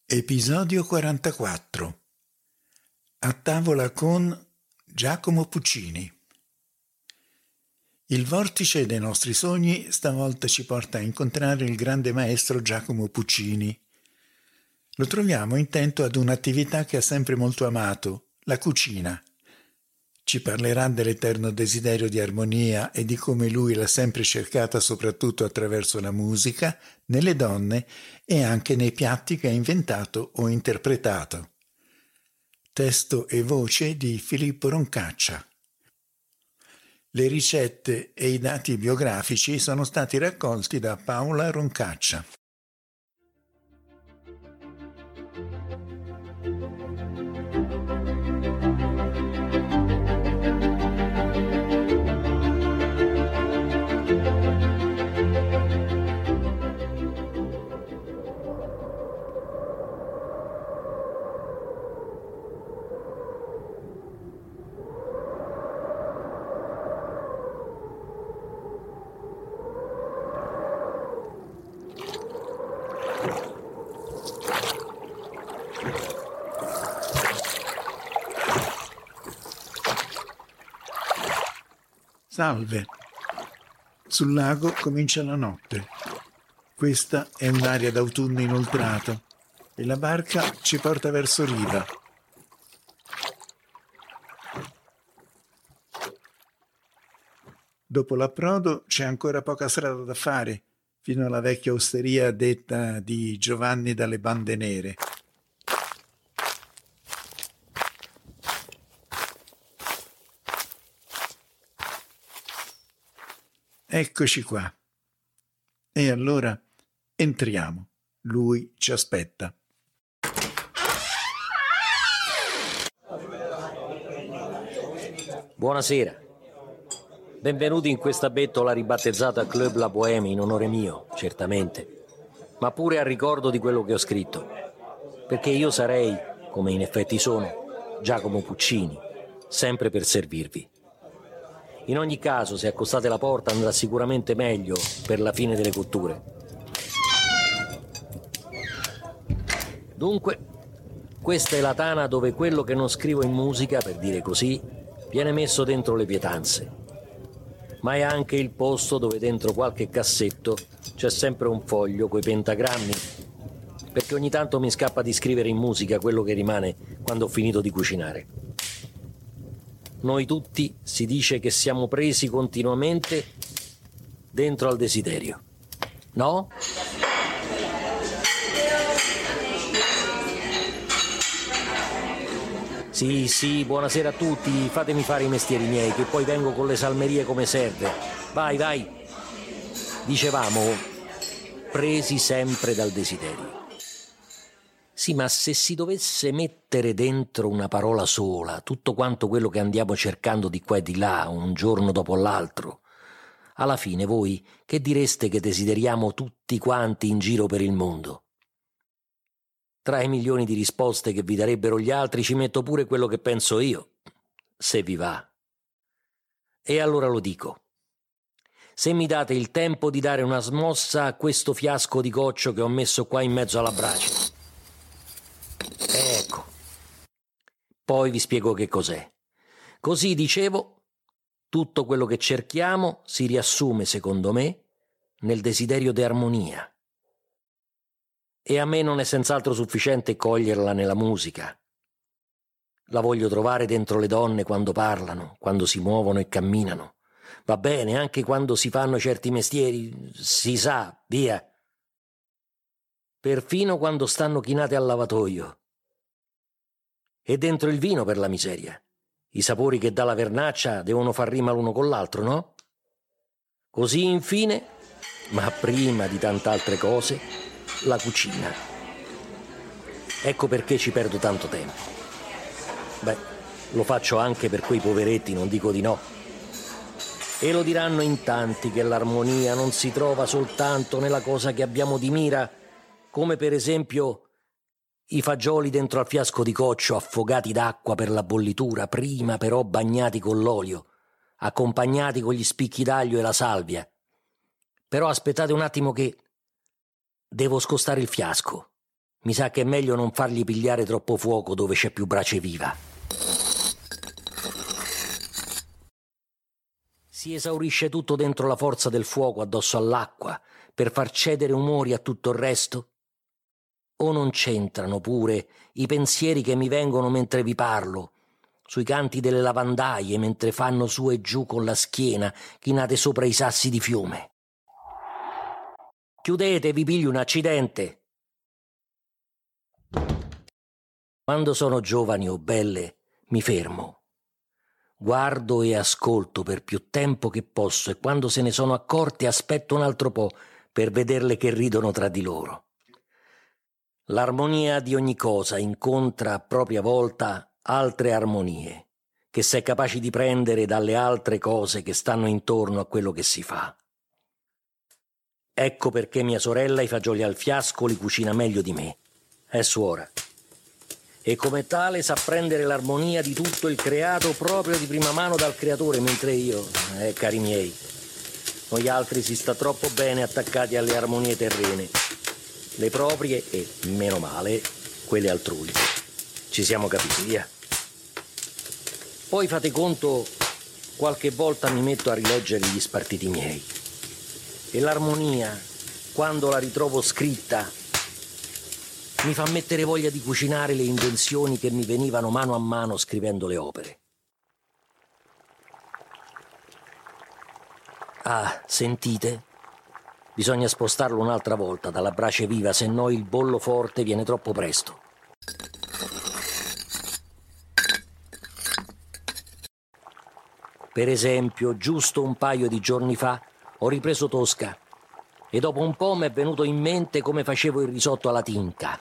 Episodio 44. A tavola con Giacomo Puccini. Il vortice dei nostri sogni stavolta ci porta a incontrare il grande maestro Giacomo Puccini. Lo troviamo intento ad un'attività che ha sempre molto amato, la cucina. Ci parlerà dell'eterno desiderio di armonia e di come lui l'ha sempre cercata soprattutto attraverso la musica, nelle donne e anche nei piatti che ha inventato o interpretato. Testo e voce di Filippo Roncaccia. Le ricette e i dati biografici sono stati raccolti da Paola Roncaccia. Salve. Sul lago comincia la notte. Questa è un'aria d'autunno inoltrato e la barca ci porta verso riva. Dopo l'approdo c'è ancora poca strada da fare, fino alla vecchia osteria detta di Giovanni dalle Bande Nere. Eccoci qua. E allora entriamo. Lui ci aspetta. Buonasera. Benvenuti in questa bettola ribattezzata Club La Bohème in onore mio, certamente, ma pure a ricordo di quello che ho scritto, perché io sarei, come in effetti sono, Giacomo Puccini, sempre per servirvi. In ogni caso, se accostate la porta andrà sicuramente meglio per la fine delle cotture. Dunque, questa è la tana dove quello che non scrivo in musica, per dire così, viene messo dentro le pietanze. Ma è anche il posto dove dentro qualche cassetto c'è sempre un foglio coi pentagrammi, perché ogni tanto mi scappa di scrivere in musica quello che rimane quando ho finito di cucinare. Noi tutti si dice che siamo presi continuamente dentro al desiderio, no? Sì, buonasera a tutti, fatemi fare i mestieri miei, che poi vengo con le salmerie come serve. Vai. Dicevamo, presi sempre dal desiderio. Sì, ma se si dovesse mettere dentro una parola sola tutto quanto quello che andiamo cercando di qua e di là, un giorno dopo l'altro, alla fine voi che direste che desideriamo tutti quanti in giro per il mondo? Tra i milioni di risposte che vi darebbero gli altri ci metto pure quello che penso io, se vi va. E allora lo dico. Se mi date il tempo di dare una smossa a questo fiasco di goccio che ho messo qua in mezzo alla brace. Ecco. Poi vi spiego che cos'è. Così, dicevo, tutto quello che cerchiamo si riassume, secondo me, nel desiderio di armonia. E a me non è senz'altro sufficiente coglierla nella musica. La voglio trovare dentro le donne quando parlano, quando si muovono e camminano. Va bene, anche quando si fanno certi mestieri, si sa, via. Perfino quando stanno chinate al lavatoio. E dentro il vino, per la miseria. I sapori che dà la vernaccia devono far rima l'uno con l'altro, no? Così, infine, ma prima di tante altre cose, la cucina. Ecco perché ci perdo tanto tempo. Beh, lo faccio anche per quei poveretti, non dico di no. E lo diranno in tanti che l'armonia non si trova soltanto nella cosa che abbiamo di mira, come per esempio i fagioli dentro al fiasco di coccio affogati d'acqua per la bollitura, prima però bagnati con l'olio, accompagnati con gli spicchi d'aglio e la salvia. Però aspettate un attimo che devo scostare il fiasco. Mi sa che è meglio non fargli pigliare troppo fuoco dove c'è più brace viva. Si esaurisce tutto dentro la forza del fuoco addosso all'acqua per far cedere umori a tutto il resto? O non c'entrano pure i pensieri che mi vengono mentre vi parlo, sui canti delle lavandaie mentre fanno su e giù con la schiena chinate sopra i sassi di fiume? Chiudete, vi piglio un accidente. Quando sono giovani o belle, mi fermo. Guardo e ascolto per più tempo che posso e quando se ne sono accorte aspetto un altro po' per vederle che ridono tra di loro. L'armonia di ogni cosa incontra a propria volta altre armonie, che s'è capaci di prendere dalle altre cose che stanno intorno a quello che si fa. Ecco perché mia sorella i fagioli al fiasco li cucina meglio di me. È suora. E come tale sa prendere l'armonia di tutto il creato proprio di prima mano dal creatore, mentre io, cari miei, noi altri si sta troppo bene attaccati alle armonie terrene, le proprie e, meno male, quelle altrui. Ci siamo capiti, via. Poi fate conto, qualche volta mi metto a rileggere gli spartiti miei. E l'armonia, quando la ritrovo scritta, mi fa mettere voglia di cucinare le invenzioni che mi venivano mano a mano scrivendo le opere. Ah, sentite? Bisogna spostarlo un'altra volta dalla brace viva, se no il bollo forte viene troppo presto. Per esempio, giusto un paio di giorni fa ho ripreso Tosca e dopo un po' mi è venuto in mente come facevo il risotto alla tinca.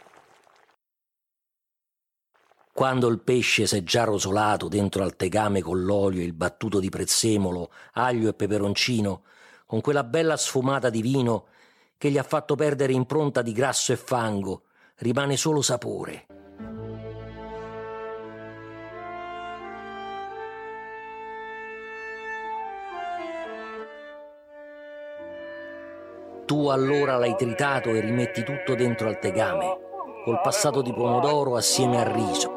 Quando il pesce s'è già rosolato dentro al tegame con l'olio e il battuto di prezzemolo, aglio e peperoncino, con quella bella sfumata di vino che gli ha fatto perdere impronta di grasso e fango, rimane solo sapore. Tu allora l'hai tritato e rimetti tutto dentro al tegame, col passato di pomodoro assieme al riso.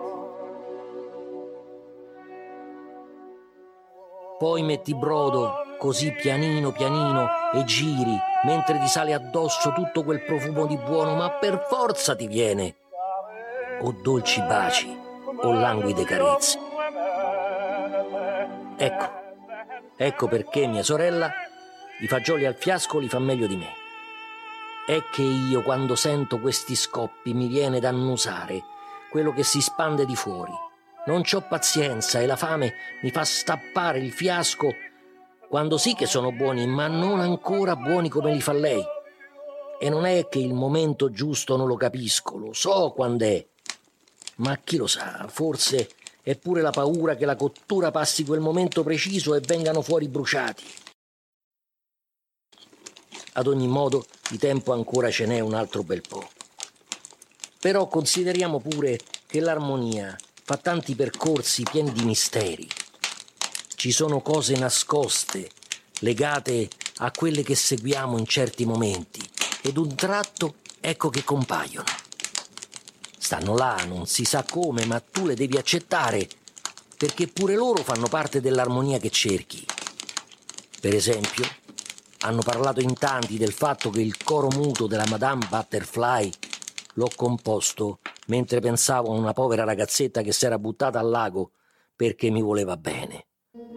Poi metti brodo così pianino pianino e giri mentre ti sale addosso tutto quel profumo di buono, ma per forza ti viene. O dolci baci o languide carezze. Ecco perché mia sorella i fagioli al fiasco li fa meglio di me. È che io quando sento questi scoppi mi viene da annusare quello che si spande di fuori. Non c'ho pazienza e la fame mi fa stappare il fiasco quando sì che sono buoni, ma non ancora buoni come li fa lei. E non è che il momento giusto non lo capisco, lo so quand'è. Ma chi lo sa, forse è pure la paura che la cottura passi quel momento preciso e vengano fuori bruciati. Ad ogni modo, di tempo ancora ce n'è un altro bel po'. Però consideriamo pure che l'armonia fa tanti percorsi pieni di misteri. Ci sono cose nascoste, legate a quelle che seguiamo in certi momenti, e d'un tratto ecco che compaiono. Stanno là, non si sa come, ma tu le devi accettare, perché pure loro fanno parte dell'armonia che cerchi. Per esempio, hanno parlato in tanti del fatto che il coro muto della Madame Butterfly l'ho composto mentre pensavo a una povera ragazzetta che s'era buttata al lago perché mi voleva bene.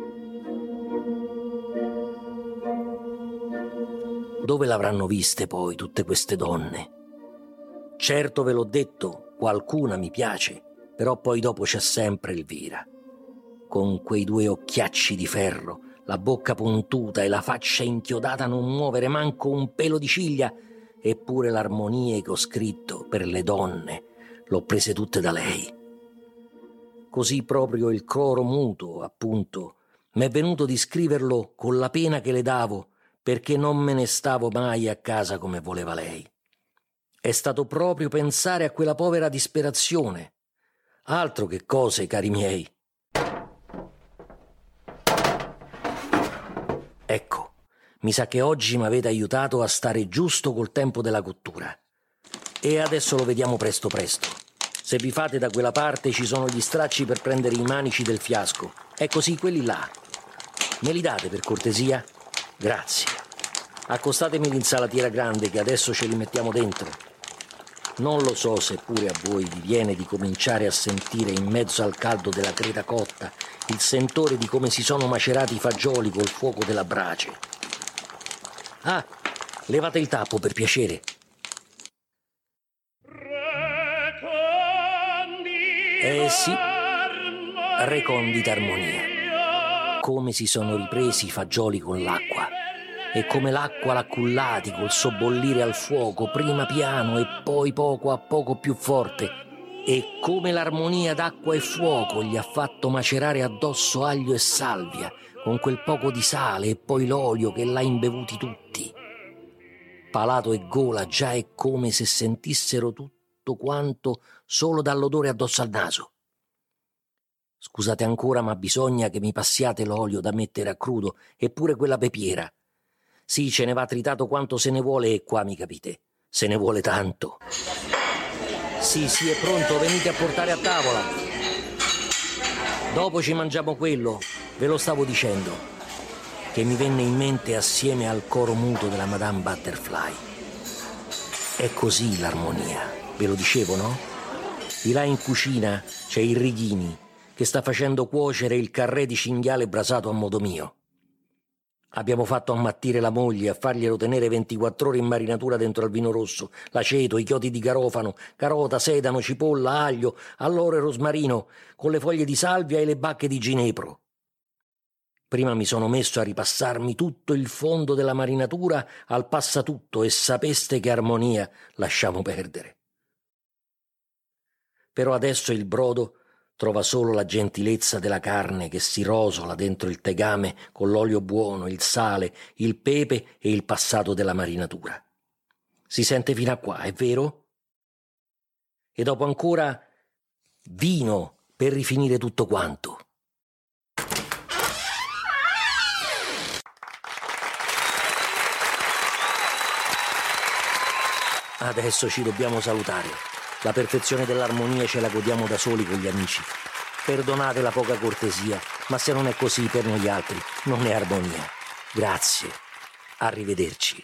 Dove l'avranno viste poi tutte queste donne? Certo, ve l'ho detto, qualcuna mi piace, però poi dopo c'è sempre Elvira, con quei due occhiacci di ferro, la bocca puntuta e la faccia inchiodata a non muovere manco un pelo di ciglia, eppure l'armonia che ho scritto per le donne l'ho prese tutte da lei. Così proprio il coro muto, appunto, m'è venuto di scriverlo con la pena che le davo, perché non me ne stavo mai a casa come voleva lei. È stato proprio pensare a quella povera disperazione. Altro che cose, cari miei. Ecco, mi sa che oggi mi avete aiutato a stare giusto col tempo della cottura. E adesso lo vediamo presto presto. Se vi fate da quella parte ci sono gli stracci per prendere i manici del fiasco. Ecco sì, quelli là. Me li date per cortesia? Grazie. Accostatemi l'insalatiera grande che adesso ce li mettiamo dentro. Non lo so se pure a voi vi viene di cominciare a sentire in mezzo al caldo della creta cotta il sentore di come si sono macerati i fagioli col fuoco della brace. Ah, levate il tappo per piacere. Sì, recondita armonia. Come si sono ripresi i fagioli con l'acqua e come l'acqua l'ha cullati col sobbollire al fuoco, prima piano e poi poco a poco più forte, e come l'armonia d'acqua e fuoco gli ha fatto macerare addosso aglio e salvia con quel poco di sale e poi l'olio che l'ha imbevuti tutti. Palato e gola già è come se sentissero tutto quanto solo dall'odore addosso al naso. Scusate ancora, ma bisogna che mi passiate l'olio da mettere a crudo e pure quella pepiera. Sì, ce ne va tritato quanto se ne vuole e qua mi capite, se ne vuole tanto. Sì, è pronto, venite a portare a tavola. Dopo ci mangiamo quello, ve lo stavo dicendo, che mi venne in mente assieme al coro muto della Madame Butterfly. È così l'armonia, ve lo dicevo, no? Di là in cucina c'è il Righini, che sta facendo cuocere il carré di cinghiale brasato a modo mio. Abbiamo fatto ammattire la moglie a farglielo tenere 24 ore in marinatura dentro al vino rosso, l'aceto, i chiodi di garofano, carota, sedano, cipolla, aglio, alloro e rosmarino, con le foglie di salvia e le bacche di ginepro. Prima mi sono messo a ripassarmi tutto il fondo della marinatura al passatutto e sapeste che armonia lasciamo perdere. Però adesso il brodo trova solo la gentilezza della carne che si rosola dentro il tegame con l'olio buono, il sale, il pepe e il passato della marinatura. Si sente fino a qua, è vero? E dopo ancora vino per rifinire tutto quanto. Adesso ci dobbiamo salutare. La perfezione dell'armonia ce la godiamo da soli con gli amici. Perdonate la poca cortesia, ma se non è così per noi altri, non è armonia. Grazie. Arrivederci.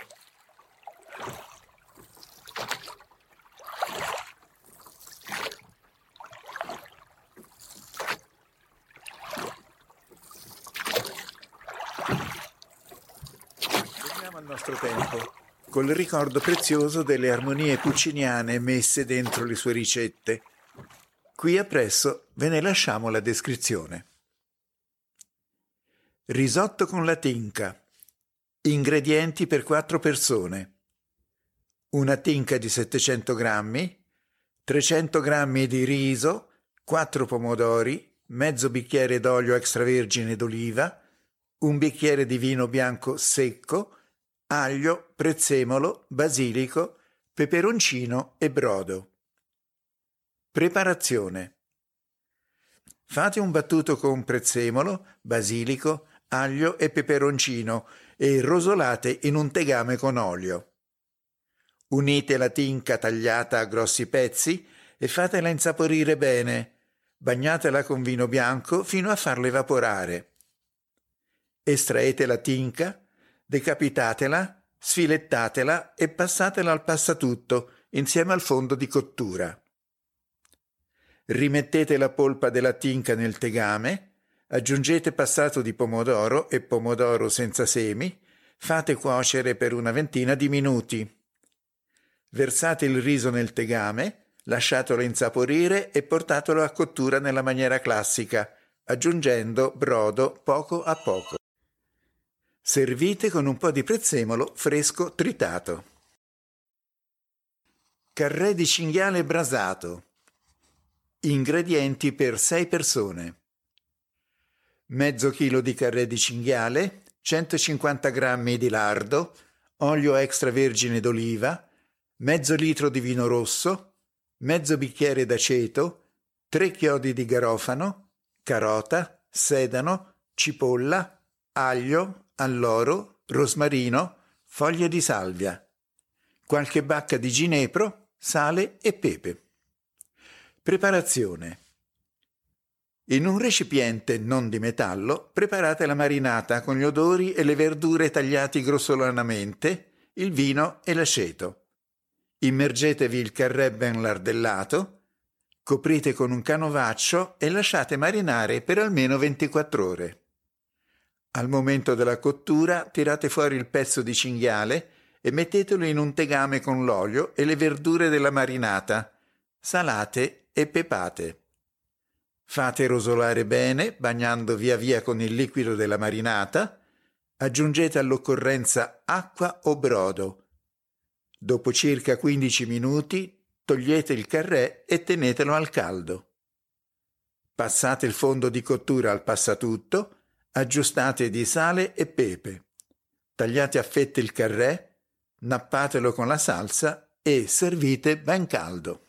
Torniamo al nostro tempo, col ricordo prezioso delle armonie pucciniane messe dentro le sue ricette. Qui appresso ve ne lasciamo la descrizione. Risotto con la tinca. Ingredienti per 4 persone. Una tinca di 700 grammi, 300 grammi di riso, 4 pomodori, mezzo bicchiere d'olio extravergine d'oliva, un bicchiere di vino bianco secco, aglio, prezzemolo, basilico, peperoncino e brodo. Preparazione. Fate un battuto con prezzemolo, basilico, aglio e peperoncino e rosolate in un tegame con olio. Unite la tinca tagliata a grossi pezzi e fatela insaporire bene. Bagnatela con vino bianco fino a farla evaporare. Estraete la tinca, decapitatela, sfilettatela e passatela al passatutto insieme al fondo di cottura. Rimettete la polpa della tinca nel tegame, aggiungete passato di pomodoro e pomodoro senza semi, fate cuocere per una ventina di minuti. Versate il riso nel tegame, lasciatelo insaporire e portatelo a cottura nella maniera classica, aggiungendo brodo poco a poco. Servite con un po' di prezzemolo fresco tritato. Carré di cinghiale brasato. Ingredienti per 6 persone. Mezzo chilo di carré di cinghiale, 150 grammi di lardo, olio extravergine d'oliva, mezzo litro di vino rosso, mezzo bicchiere d'aceto, 3 chiodi di garofano, carota, sedano, cipolla, aglio, alloro, rosmarino, foglie di salvia. qualche bacca di ginepro, sale e pepe. Preparazione. In un recipiente non di metallo preparate la marinata con gli odori e le verdure tagliati grossolanamente, il vino e l'aceto. Immergetevi il carré ben lardellato, coprite con un canovaccio e lasciate marinare per almeno 24 ore. Al momento della cottura tirate fuori il pezzo di cinghiale e mettetelo in un tegame con l'olio e le verdure della marinata, salate e pepate. Fate rosolare bene, bagnando via via con il liquido della marinata. Aggiungete all'occorrenza acqua o brodo. Dopo circa 15 minuti togliete il carré e tenetelo al caldo. Passate il fondo di cottura al passatutto, aggiustate di sale e pepe. Tagliate a fette il carré, nappatelo con la salsa e servite ben caldo.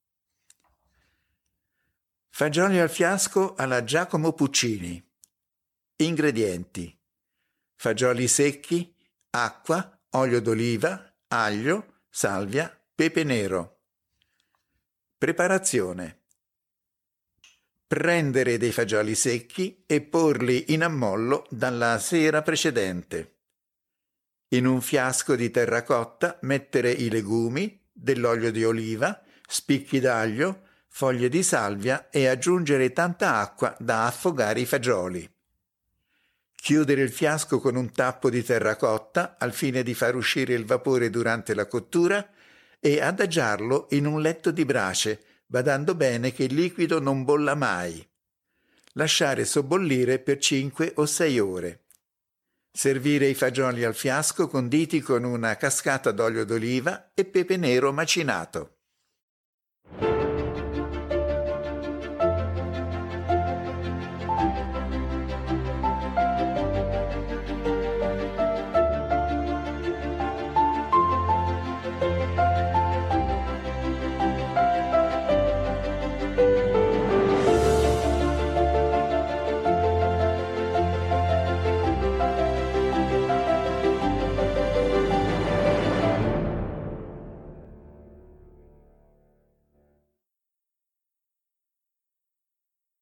Fagioli al fiasco alla Giacomo Puccini. Ingredienti: fagioli secchi, acqua, olio d'oliva, aglio, salvia, pepe nero. Preparazione: prendere dei fagioli secchi e porli in ammollo dalla sera precedente. In un fiasco di terracotta mettere i legumi, dell'olio di oliva, spicchi d'aglio, foglie di salvia e aggiungere tanta acqua da affogare i fagioli. Chiudere il fiasco con un tappo di terracotta al fine di far uscire il vapore durante la cottura e adagiarlo in un letto di brace, badando bene che il liquido non bolla mai. Lasciare sobbollire per 5 o 6 ore. Servire i fagioli al fiasco conditi con una cascata d'olio d'oliva e pepe nero macinato.